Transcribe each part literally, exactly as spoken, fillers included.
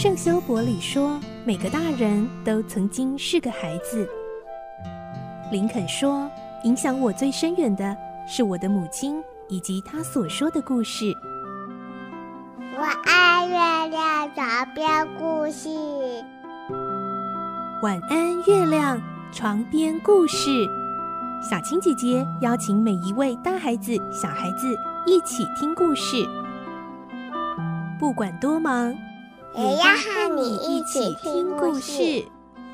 圣修伯里说，每个大人都曾经是个孩子。林肯说，影响我最深远的是我的母亲以及她所说的故事。 我爱月亮床边故事。 晚安，月亮床边故事。小青姐姐邀请每一位大孩子、小孩子一起听故事，不管多忙， 也要和你一起听故事。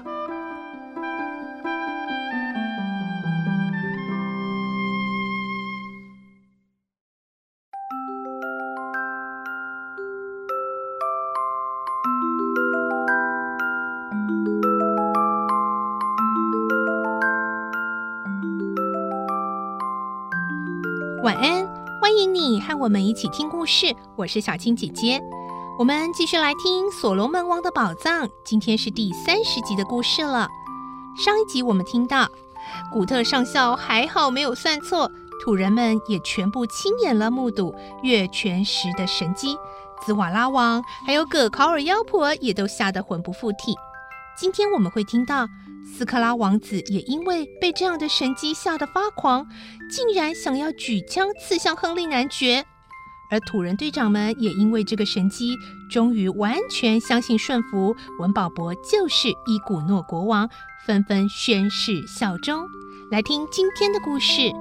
晚安，欢迎你和我们一起听故事，我是小青姐姐。我们继续来听《所罗门王的宝藏》，今天是第三十集的故事了。上一集我们听到，古特上校还好没有算错，土人们也全部亲眼了目睹月全食的神迹，兹瓦拉王还有葛考尔妖婆也都吓得魂不附体。今天我们会听到斯克拉王子也因为被这样的神迹吓得发狂，竟然想要举枪刺向亨利男爵。而土人队长们也因为这个神迹，终于完全相信顺服文保伯就是伊古诺国王，纷纷宣誓效忠。来听今天的故事。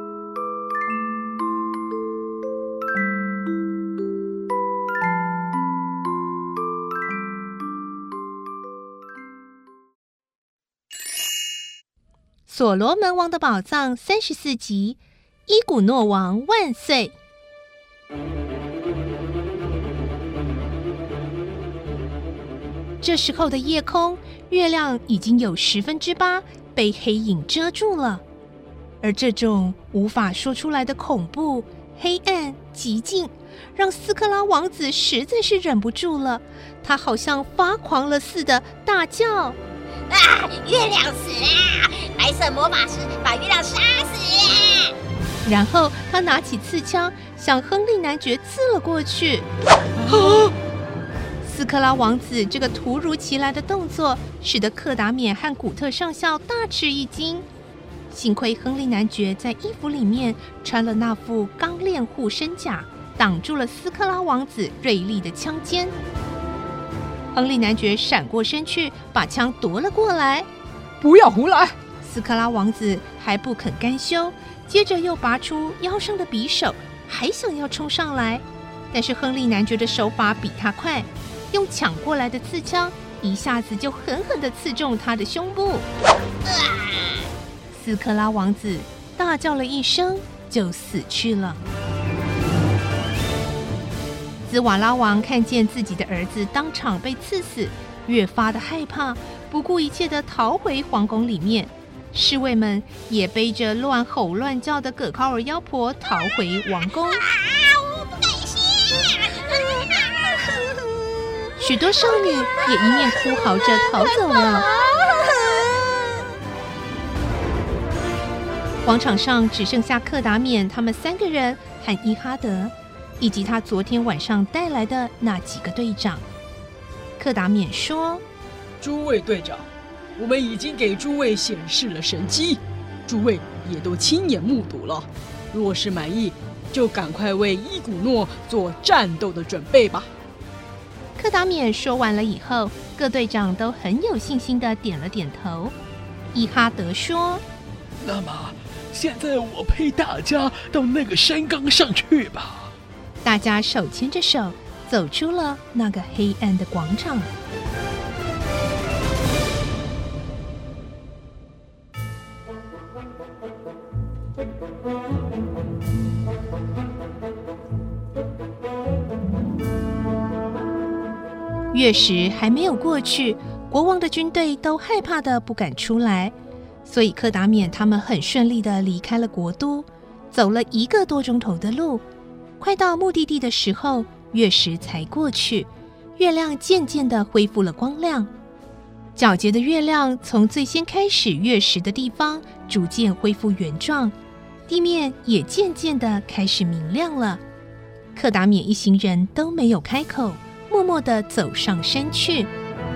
所罗门王的宝藏三十四集，伊古诺王万岁！这时候的夜空，月亮已经有十分之八被黑影遮住了，而这种无法说出来的恐怖、黑暗、寂静，让斯克拉王子实在是忍不住了，他好像发狂了似的大叫。 啊！月亮死啦！白色魔法师把月亮杀死啦！ 然后他拿起刺枪向亨利男爵刺了过去。啊！斯克拉王子这个突如其来的动作，使得克达冕和古特上校大吃一惊。幸亏亨利男爵在衣服里面穿了那副钢链护身甲，挡住了斯克拉王子锐利的枪尖。亨利男爵闪过身去，把枪夺了过来。 不要胡来！ 斯克拉王子还不肯甘休，接着又拔出腰上的匕首，还想要冲上来。但是亨利男爵的手法比他快，用抢过来的刺枪一下子就狠狠地刺中他的胸部。啊！斯克拉王子大叫了一声，就死去了。兹瓦拉王看见自己的儿子当场被刺死，越发的害怕，不顾一切的逃回皇宫里面。侍卫们也背着乱吼乱叫的葛考尔妖婆逃回王宫。 啊！我不敢信！ 许多少女也一面哭嚎着逃走了。广场上只剩下克达冕他们三个人和伊哈德，以及他昨天晚上带来的那几个队长。克达冕说： 诸位队长，我们已经给诸位显示了神迹，诸位也都亲眼目睹了。若是满意，就赶快为伊古诺做战斗的准备吧。 克达冕说完了以后，各队长都很有信心地点了点头。伊哈德说： 那么现在我陪大家到那个山岗上去吧。 大家手牵着手走出了那个黑暗的广场。月食还没有过去，国王的军队都害怕的不敢出来，所以克达冕他们很顺利的离开了国都，走了一个多钟头的路。快到目的地的时候，月食才过去，月亮渐渐地恢复了光亮。皎洁的月亮从最先开始月食的地方逐渐恢复原状，地面也渐渐地开始明亮了。克达冕一行人都没有开口， 默默地走上山去。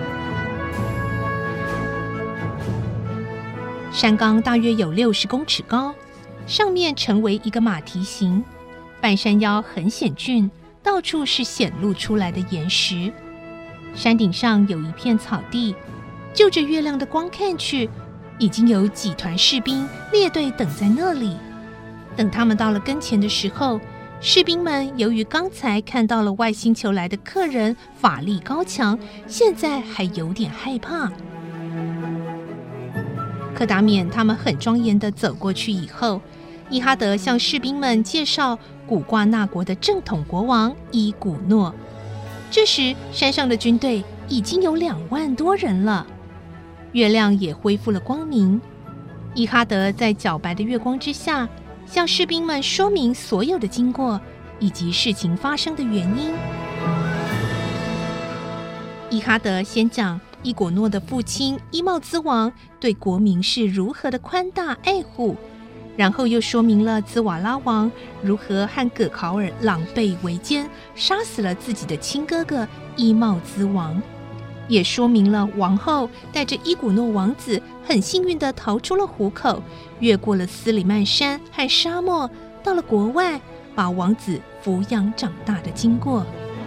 山冈大约有六十公尺高，上面成为一个马蹄形，半山腰很险峻，到处是显露出来的岩石。山顶上有一片草地，就着月亮的光看去，已经有几团士兵列队等在那里。等他们到了跟前的时候，士兵们由于刚才看到了外星球来的客人法力高强，现在还有点害怕。柯达冕他们很庄严地走过去以后，伊哈德向士兵们介绍古瓜纳国的正统国王伊古诺。这时山上的军队已经有两万多人了，月亮也恢复了光明。伊哈德在皎白的月光之下，向士兵们说明所有的经过以及事情发生的原因。伊哈德先讲伊古诺的父亲伊茂兹王对国民是如何的宽大爱护，然后又说明了兹瓦拉王如何和葛考尔狼狈为奸，杀死了自己的亲哥哥伊茂兹王，也说明了王后带着伊古诺王子很幸运地逃出了虎口，越过了斯里曼山和沙漠，到了国外，把王子抚养长大的经过。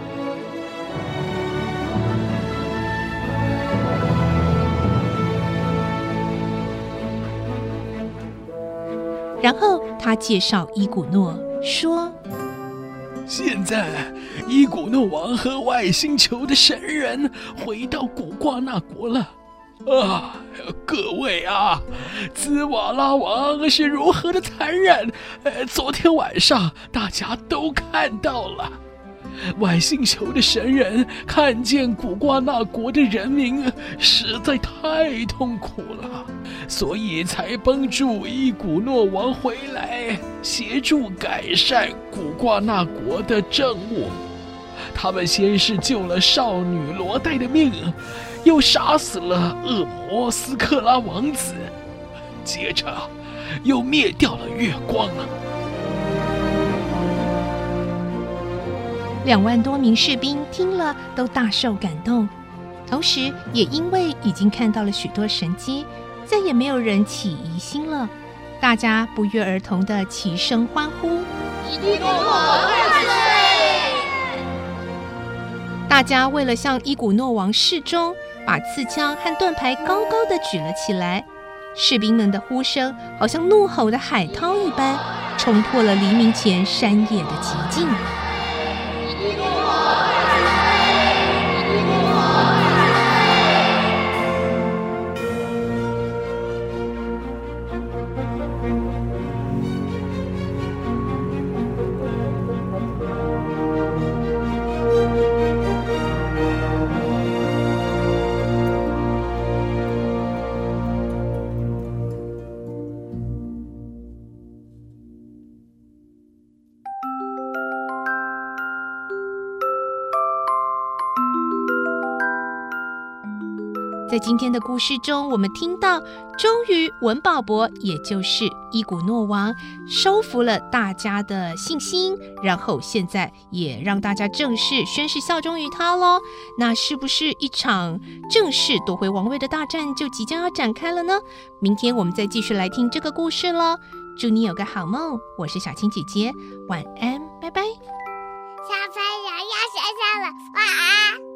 然后他介绍伊古诺说， 现在伊古诺王和外星球的神人回到古瓜纳国了啊！各位啊，兹瓦拉王是如何的残忍，呃，昨天晚上大家都看到了。外星球的神人看见古瓜纳国的人民实在太痛苦了，所以才帮助伊古诺王回来，协助改善古瓜纳国的政务。他们先是救了少女罗黛的命，又杀死了恶魔斯克拉王子，接着又灭掉了月光了。 两万多名士兵听了都大受感动，同时也因为已经看到了许多神迹，再也没有人起疑心了，大家不约而同地齐声欢呼： 伊古诺王万岁！ 大家为了向伊古诺王示忠，把刺枪和盾牌高高地举了起来。士兵们的呼声好像怒吼的海涛一般，冲破了黎明前山野的寂静。在今天的故事中，我们听到，终于文保伯，也就是伊古诺王，收服了大家的信心，然后现在也让大家正式宣誓效忠于他咯。那是不是一场正式夺回王位的大战就即将要展开了呢？明天我们再继续来听这个故事咯。祝你有个好梦，我是小青姐姐，晚安，拜拜。 小朋友要睡觉了，晚安。